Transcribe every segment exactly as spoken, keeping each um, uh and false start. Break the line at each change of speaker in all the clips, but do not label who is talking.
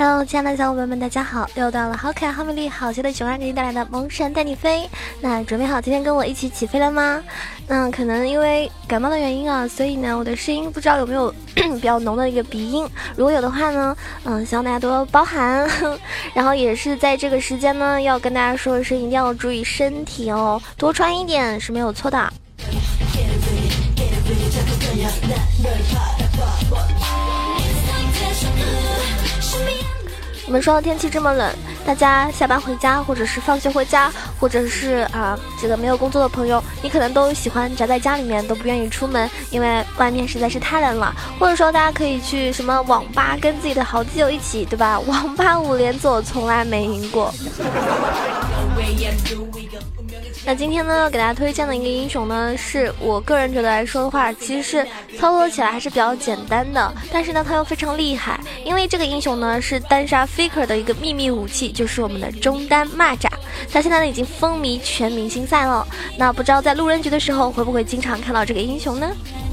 Hello， 亲爱的小伙伴们，大家好！又到了好可爱、好美丽、好邪的熊二给你带来的萌神带你飞。那准备好今天跟我一起起飞了吗？那可能因为感冒的原因啊，所以呢，我的声音不知道有没有比较浓的一个鼻音。如果有的话呢，嗯，希望大家多包涵。然后也是在这个时间呢，要跟大家说的是，一定要注意身体哦，多穿一点是没有错的。我们说天气这么冷，大家下班回家，或者是放学回家，或者是啊这个没有工作的朋友，你可能都喜欢宅在家里面，都不愿意出门，因为外面实在是太冷了。或者说大家可以去什么网吧，跟自己的好基友一起，对吧？网吧五连坐从来没赢过。那今天呢，给大家推荐的一个英雄呢，是我个人觉得来说的话，其实是操作起来还是比较简单的，但是呢，他又非常厉害，因为这个英雄呢是单杀 Faker 的一个秘密武器，就是我们的中单蚂蚱，他现在呢已经风靡全明星赛了。那不知道在路人局的时候，会不会经常看到这个英雄呢？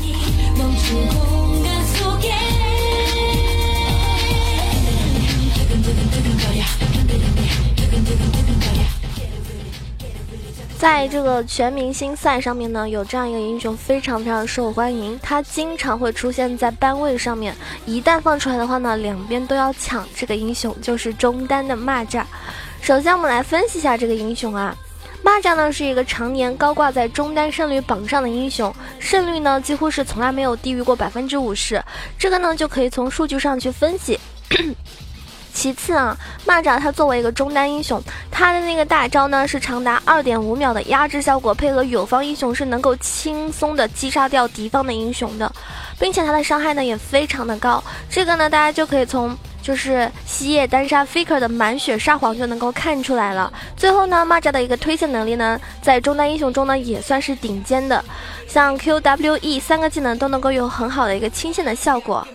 在这个全明星赛上面呢，有这样一个英雄非常非常受欢迎，他经常会出现在班位上面，一旦放出来的话呢，两边都要抢这个英雄，就是中单的蚂蚱。首先我们来分析一下这个英雄啊，蚂蚱呢是一个常年高挂在中单胜率榜上的英雄，胜率呢几乎是从来没有低于过百分之五十，这个呢就可以从数据上去分析。其次啊，蚂蚱它作为一个中单英雄，它的那个大招呢是长达 二点五秒的压制效果，配合友方英雄是能够轻松的击杀掉敌方的英雄的，并且它的伤害呢也非常的高。这个呢大家就可以从就是西叶单杀 Faker 的满血沙皇就能够看出来了。最后呢，蚂蚱的一个推线能力呢，在中单英雄中呢也算是顶尖的，像 Q W E 三个技能都能够有很好的一个清线的效果。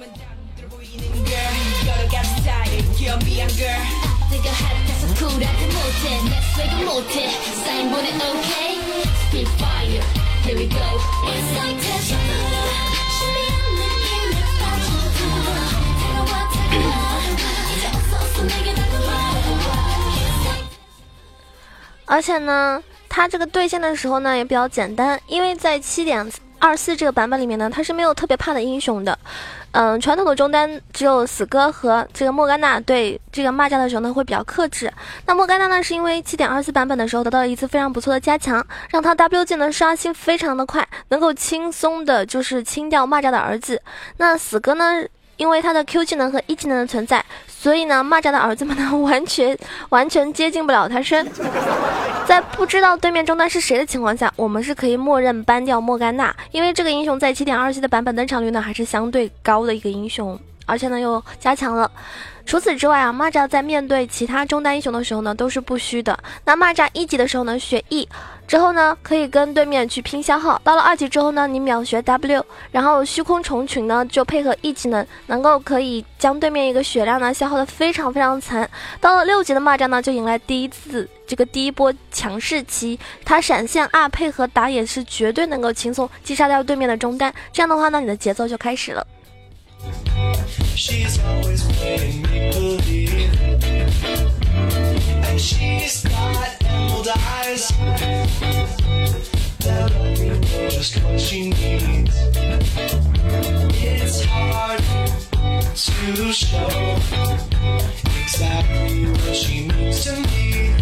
而且呢，它这个对线的时候呢也比较简单，因为在 七点二四 这个版本里面呢，它是没有特别怕的英雄的。嗯，传统的中单只有死哥和这个莫甘娜对这个蚂蚱的时候呢会比较克制。那莫甘娜呢是因为 七点二四 版本的时候得到了一次非常不错的加强，让他 W 技能刷新非常的快，能够轻松的就是清掉蚂蚱的儿子。那死哥呢，因为他的 Q 技能和 E 技能的存在，所以呢蚂蚱的儿子们呢完全完全接近不了他身。在不知道对面中单是谁的情况下，我们是可以默认ban掉莫甘娜，因为这个英雄在 七点二七 的版本登场率呢还是相对高的一个英雄，而且呢又加强了。除此之外啊，蚂蚱在面对其他中单英雄的时候呢都是不虚的。那蚂蚱一级的时候呢血 E 之后呢可以跟对面去拼消耗，到了二级之后呢你秒学 W， 然后虚空虫群呢就配合 E 技能，能够可以将对面一个血量呢消耗的非常非常惨。到了六级的蚂蚱呢就迎来第一次这个第一波强势期，它闪现 R 配合打野是绝对能够轻松击杀掉对面的中单，这样的话呢你的节奏就开始了。She's always playing make-believe, and she's got emerald eyes that let me know just what she needs. It's hard to show exactly what she means to me.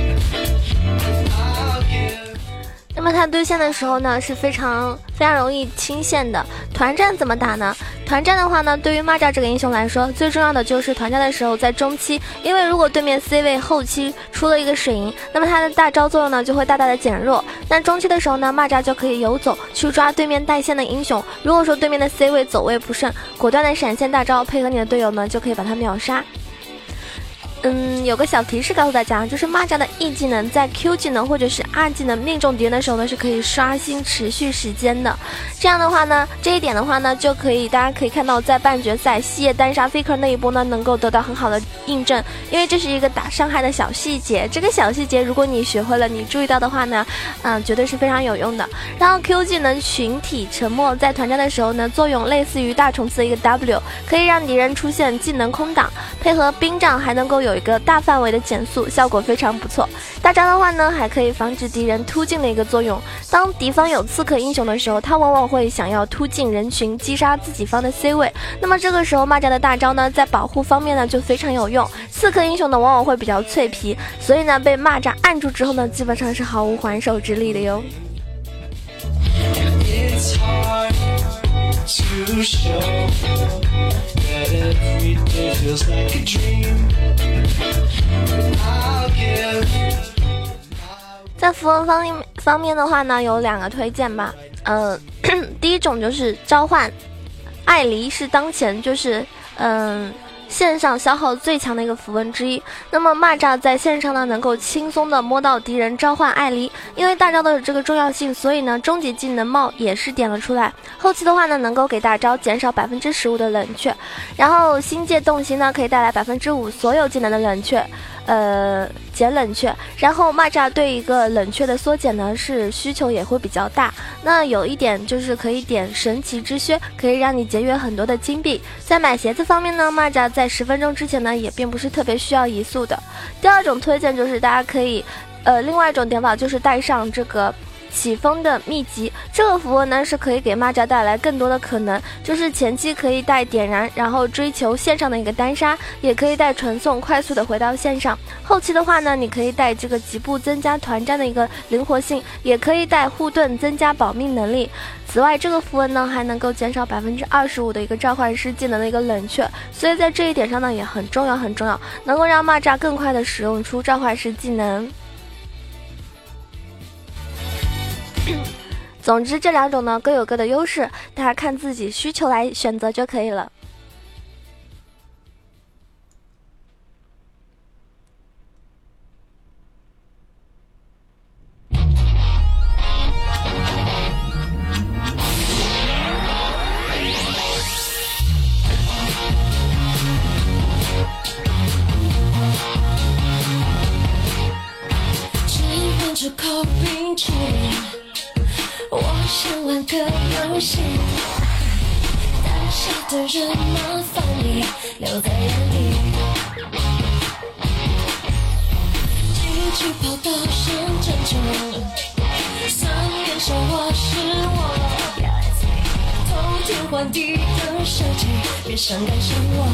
I'll give。那么它对线的时候呢是非常非常容易清线的。团战怎么打呢？团战的话呢，对于蚂蚱这个英雄来说，最重要的就是团战的时候在中期，因为如果对面 C 位后期出了一个水银，那么它的大招作用呢就会大大的减弱。那中期的时候呢，蚂蚱就可以游走去抓对面带线的英雄。如果说对面的 C 位走位不顺，果断的闪现大招配合你的队友呢，就可以把他秒杀。 嗯，有个小提示告诉大家，就是蚂蚱的 E 技能在 Q 技能或者是 R 技能命中敌人的时候呢，是可以刷新持续时间的。这样的话呢，这一点的话呢，就可以大家可以看到，在半决赛西野单杀 Faker 那一波呢，能够得到很好的印证，因为这是一个打伤害的小细节。这个小细节，如果你学会了，你注意到的话呢，嗯，绝对是非常有用的。然后 Q 技能群体沉默，在团战的时候呢，作用类似于大冲刺的一个 W， 可以让敌人出现技能空档，配合冰杖还能够有一个大范围的减速，效果非常不错。大招的话呢，还可以防止敌人突进的一个作用。当敌方有刺客英雄的时候，他往往会想要突进人群，击杀自己方的 C 位。那么这个时候蚂蚱的大招呢，在保护方面呢就非常有用。刺客英雄呢往往会比较脆皮，所以呢被蚂蚱按住之后呢，基本上是毫无还手之力的哟。To show that every day feels like a dream. I'll give. 在符文方面方面的话呢，有两个推荐吧。呃，第一种就是召唤，艾黎是当前就是嗯。呃线上消耗最强的一个符文之一，那么蚂蚱在线上呢能够轻松的摸到敌人召唤艾黎，因为大招的这个重要性，所以呢终极技能帽也是点了出来。后期的话呢能够给大招减少百分之十五的冷却，然后星界洞悉呢可以带来百分之五所有技能的冷却。呃，减冷却，然后蚂蚱对一个冷却的缩减呢是需求也会比较大。那有一点就是可以点神奇之靴，可以让你节约很多的金币。在买鞋子方面呢，蚂蚱在十分钟之前呢也并不是特别需要移速的。第二种推荐就是大家可以，呃，另外一种点法就是带上这个起风的秘籍，这个符文呢是可以给蚂蚱带来更多的可能，就是前期可以带点燃，然后追求线上的一个单杀，也可以带传送快速的回到线上。后期的话呢，你可以带这个疾步增加团战的一个灵活性，也可以带护盾增加保命能力。此外，这个符文呢还能够减少百分之二十五的一个召唤师技能的一个冷却，所以在这一点上呢也很重要很重要，能够让蚂蚱更快的使用出召唤师技能。总之这两种呢各有各的优势，大家看自己需求来选择就可以了。
这口冰淇淋，我想玩个游戏，胆小的人麻烦你留在原地，进去跑到先拯救，三年少我是我，偷天换地的设计，别想赶上我，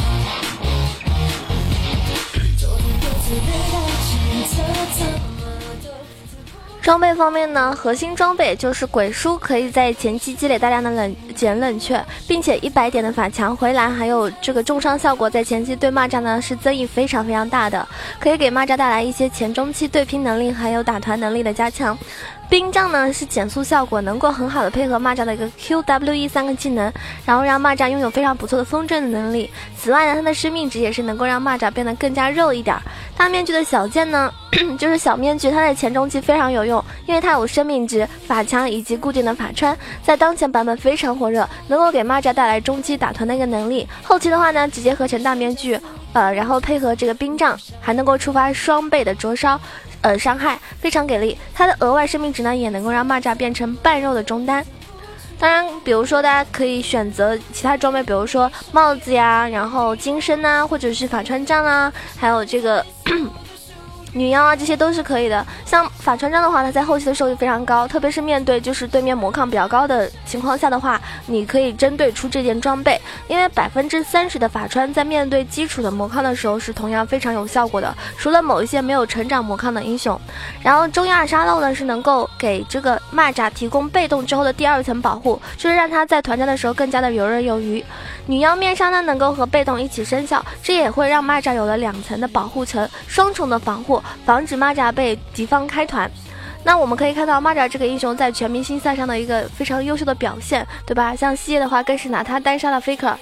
昨天各自别的检测怎么
装备方面呢，核心装备就是鬼书，可以在前期积累大量的冷减冷却，并且一百点的法强回蓝，还有这个重伤效果，在前期对蚂蚱呢是增益非常非常大的，可以给蚂蚱带来一些前中期对拼能力还有打团能力的加强。冰杖呢是减速效果，能够很好的配合蚂蚱的一个 Q W E 三个技能，然后让蚂蚱拥有非常不错的风筝的能力。此外呢，它的生命值也是能够让蚂蚱变得更加肉一点。大面具的小剑呢就是小面具，它在前中期非常有用，因为它有生命值、法强以及固定的法穿，在当前版本非常火热，能够给蚂蚱带来中期打团的一个能力。后期的话呢，直接合成大面具，呃，然后配合这个冰杖，还能够触发双倍的灼烧。呃，伤害非常给力，它的额外生命值呢，也能够让蚂蚱变成半肉的中单。当然，比如说大家可以选择其他装备，比如说帽子呀，然后金身啊，或者是法穿杖啊，还有这个女妖啊，这些都是可以的。像法穿杖的话，它在后期的收益非常高，特别是面对就是对面魔抗比较高的情况下的话，你可以针对出这件装备，因为百分之三十的法穿在面对基础的魔抗的时候是同样非常有效果的，除了某一些没有成长魔抗的英雄。然后中亚沙漏呢是能够给这个蚂蚱提供被动之后的第二层保护，就是让它在团战的时候更加的游刃有余。女妖面纱呢能够和被动一起生效，这也会让蚂蚱有了两层的保护层，双重的防护，防止蚂蚱被敌方开团。那我们可以看到蚂蚱这个英雄在全明星赛上的一个非常优秀的表现，对吧？像西叶的话更是拿他单杀了 Faker，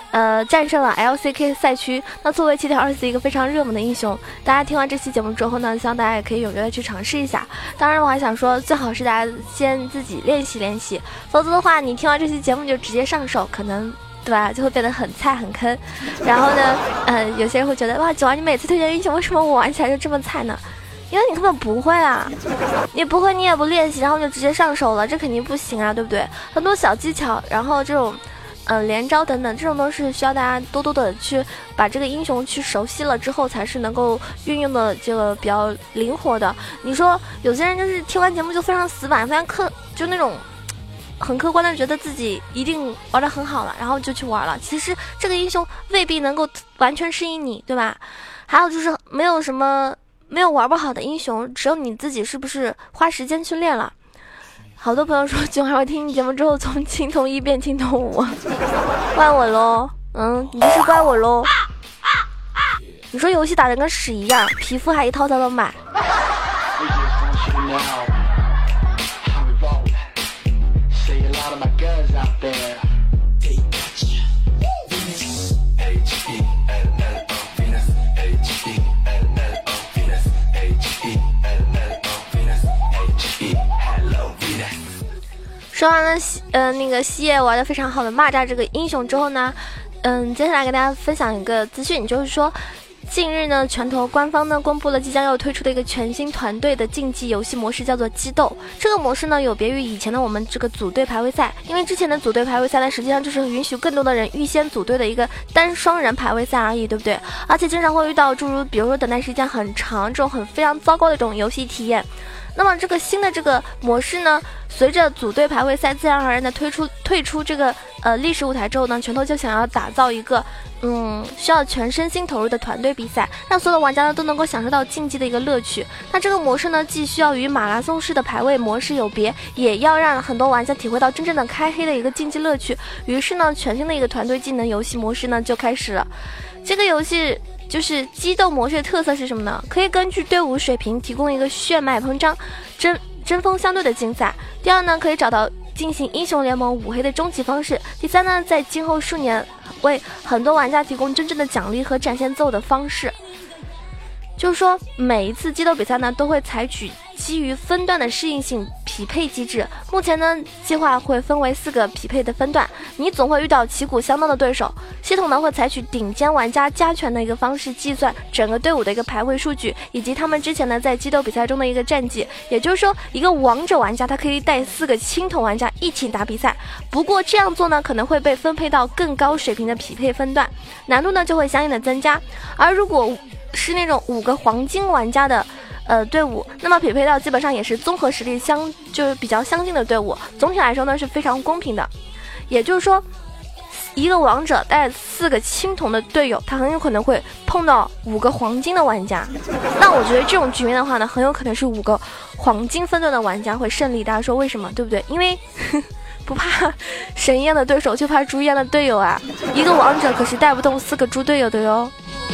呃，战胜了 L C K 赛区。那作为七点二四一个非常热门的英雄，大家听完这期节目之后呢，希望大家也可以踊跃的去尝试一下。当然，我还想说，最好是大家先自己练习练习，否则的话，你听完这期节目就直接上手，可能对吧，就会变得很菜很坑。然后呢，呃，有些人会觉得哇，九儿你每次推荐英雄，为什么我玩起来就这么菜呢？因为你根本不会啊，你不会，你也不练习，然后就直接上手了，这肯定不行啊，对不对？很多小技巧，然后这种。呃，连招等等，这种都是需要大家多多的去把这个英雄去熟悉了之后，才是能够运用的这个比较灵活的。你说有些人就是听完节目就非常死板，非常客，就那种很客观的觉得自己一定玩得很好了，然后就去玩了。其实这个英雄未必能够完全适应你，对吧？还有就是没有什么没有玩不好的英雄，只有你自己是不是花时间去练了。好多朋友说囧儿，我听你节目之后从青铜一变青铜五，怪我咯，嗯，你就是怪我咯。你说游戏打得跟屎一样，皮肤还一套套的买。说完了呃那个西野玩的非常好的蚂蚱这个英雄之后呢，嗯，接下来跟大家分享一个资讯，就是说近日呢，拳头官方呢公布了即将要推出的一个全新团队的竞技游戏模式，叫做激斗。这个模式呢有别于以前的我们这个组队排位赛，因为之前的组队排位赛呢实际上就是允许更多的人预先组队的一个单双人排位赛而已，对不对？而且经常会遇到诸如比如说等待时间很长这种很非常糟糕的这种游戏体验。那么这个新的这个模式呢，随着组队排位赛自然而然的推出退出这个呃历史舞台之后呢，拳头就想要打造一个嗯需要全身心投入的团队比赛，让所有的玩家呢都能够享受到竞技的一个乐趣。那这个模式呢，既需要与马拉松式的排位模式有别，也要让很多玩家体会到真正的开黑的一个竞技乐趣。于是呢，全新的一个团队技能游戏模式呢就开始了。这个游戏就是激斗模式的特色是什么呢？可以根据队伍水平提供一个血脉膨胀、针针锋相对的竞赛。第二呢，可以找到进行英雄联盟五黑的终极方式。第三呢，在今后数年为很多玩家提供真正的奖励和展现自我的方式。就是说每一次激斗比赛呢都会采取基于分段的适应性匹配机制。目前呢计划会分为四个匹配的分段，你总会遇到旗鼓相当的对手。系统呢会采取顶尖玩家加权的一个方式计算整个队伍的一个排位数据，以及他们之前呢在激斗比赛中的一个战绩。也就是说一个王者玩家他可以带四个青铜玩家一起打比赛，不过这样做呢可能会被分配到更高水平的匹配分段，难度呢就会相应的增加。而如果是那种五个黄金玩家的呃队伍，那么匹配到基本上也是综合实力相就是比较相近的队伍，总体来说呢是非常公平的。也就是说一个王者带四个青铜的队友，他很有可能会碰到五个黄金的玩家。那我觉得这种局面的话呢，很有可能是五个黄金分段的玩家会胜利。大家说为什么，对不对？因为不怕神一样的对手，就怕猪一样的队友啊！一个王者可是带不动四个猪队友的哟。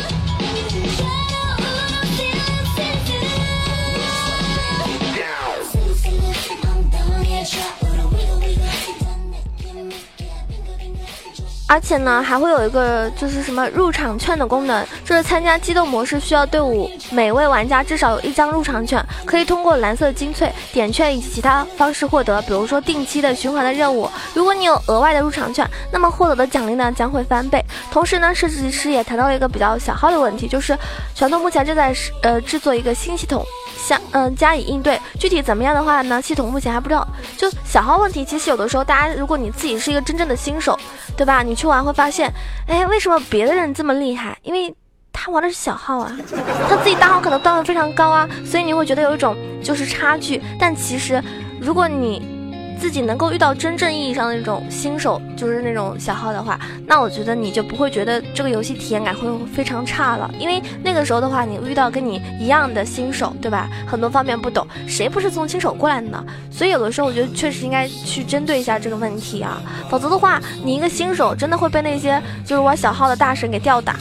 而且呢还会有一个就是什么入场券的功能，就是参加激斗模式需要队伍每位玩家至少有一张入场券，可以通过蓝色精粹、点券以及其他方式获得，比如说定期的循环的任务。如果你有额外的入场券，那么获得的奖励呢将会翻倍。同时呢设计师也谈到了一个比较小号的问题，就是拳头目前正在呃制作一个新系统相嗯、呃、加以应对，具体怎么样的话呢系统目前还不知道。就小号问题其实有的时候大家如果你自己是一个真正的新手，对吧，你去玩会发现，哎，为什么别的人这么厉害？因为他玩的是小号啊，他自己大号可能段位非常高啊，所以你会觉得有一种就是差距。但其实如果你自己能够遇到真正意义上的那种新手，就是那种小号的话，那我觉得你就不会觉得这个游戏体验感会非常差了。因为那个时候的话，你遇到跟你一样的新手，对吧，很多方面不懂，谁不是从新手过来的呢？所以有的时候我觉得确实应该去针对一下这个问题啊，否则的话你一个新手真的会被那些就是玩小号的大神给吊打，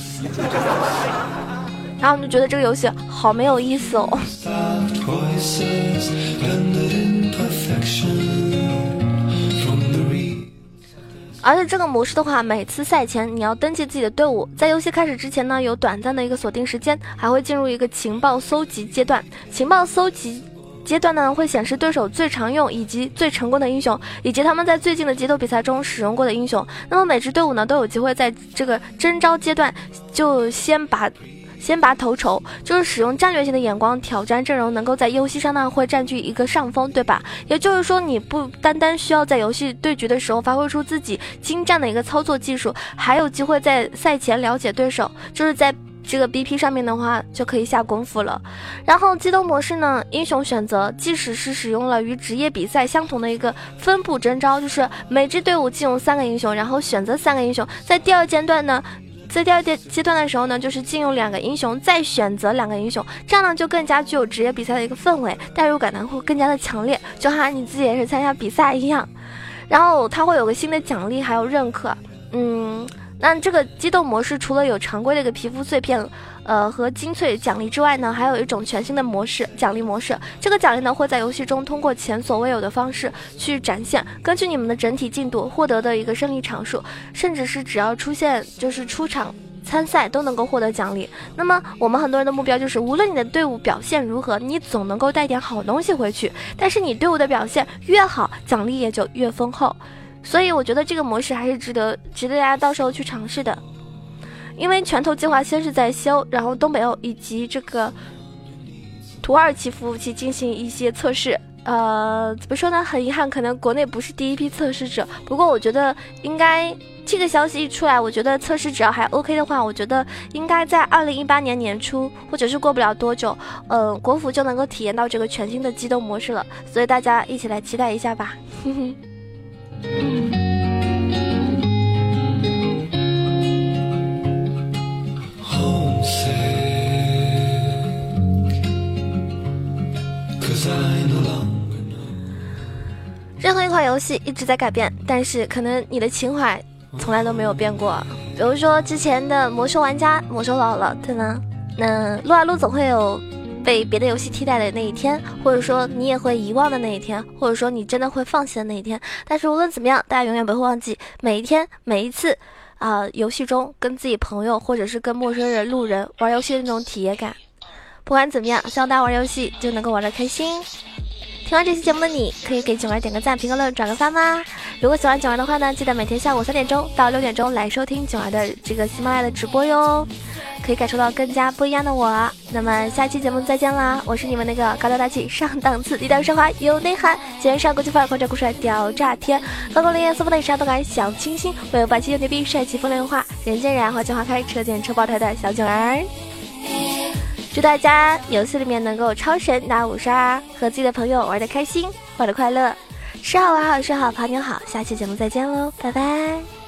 然后你就觉得这个游戏好没有意思哦。 而且这个模式的话，每次赛前你要登记自己的队伍，在游戏开始之前呢，有短暂的一个锁定时间，还会进入一个情报搜集阶段。情报搜集阶段呢，会显示对手最常用以及最成功的英雄，以及他们在最近的激斗比赛中使用过的英雄。那么每支队伍呢，都有机会在这个征召阶段就先把先拔头筹，就是使用战略性的眼光挑战阵容，能够在游戏上呢会占据一个上风，对吧？也就是说，你不单单需要在游戏对局的时候发挥出自己精湛的一个操作技术，还有机会在赛前了解对手，就是在这个 B P 上面的话就可以下功夫了。然后激斗模式呢，英雄选择即使是使用了与职业比赛相同的一个分布征召，就是每支队伍禁用三个英雄，然后选择三个英雄。在第二阶段呢，在第二阶段的时候呢，就是禁用两个英雄，再选择两个英雄，这样呢就更加具有职业比赛的一个氛围，代入感呢会更加的强烈，就好像你自己也是参加比赛一样。然后它会有个新的奖励，还有认可。嗯，那这个激斗模式除了有常规的一个皮肤碎片呃和精粹奖励之外呢，还有一种全新的模式，奖励模式。这个奖励呢会在游戏中通过前所未有的方式去展现，根据你们的整体进度获得的一个胜利场数，甚至是只要出现就是出场参赛都能够获得奖励。那么我们很多人的目标就是，无论你的队伍表现如何，你总能够带点好东西回去，但是你队伍的表现越好，奖励也就越丰厚。所以我觉得这个模式还是值得值得大家到时候去尝试的。因为拳头计划先是在西欧，然后东北欧以及这个土耳其服务器进行一些测试。呃，怎么说呢？很遗憾，可能国内不是第一批测试者。不过我觉得应该这个消息一出来，我觉得测试只要还 OK 的话，我觉得应该在二零一八年年初，或者是过不了多久，呃，国服就能够体验到这个全新的激斗模式了。所以大家一起来期待一下吧。哼哼。任何一款游戏一直在改变，但是可能你的情怀从来都没有变过。比如说之前的魔兽玩家，魔兽老了，对吗？那撸啊撸总会有被别的游戏替代的那一天，或者说你也会遗忘的那一天，或者说你真的会放弃的那一天。但是无论怎么样，大家永远不会忘记每一天每一次啊、呃，游戏中跟自己朋友或者是跟陌生人路人玩游戏的那种体验感。不管怎么样，希望大家玩游戏就能够玩得开心。听完这期节目的你，可以给囧儿点个赞、评个论、转个发吗？如果喜欢囧儿的话呢，记得每天下午三点钟到六点钟来收听囧儿的这个喜马拉雅的直播哟，可以感受到更加不一样的我。那么下期节目再见啦！我是你们那个高调大气、上档次、低调奢华、有内涵、肩上国际范儿、狂拽酷帅、屌炸天、高高冷艳、四方的啥都敢小清新、唯有霸气又牛逼、帅气风流话、人见人爱、花见花开、车见车爆胎的小囧儿。祝大家游戏里面能够超神拿五杀，和自己的朋友玩得开心，玩得快乐，吃好玩好睡好，泡妞好。下期节目再见喽，拜拜。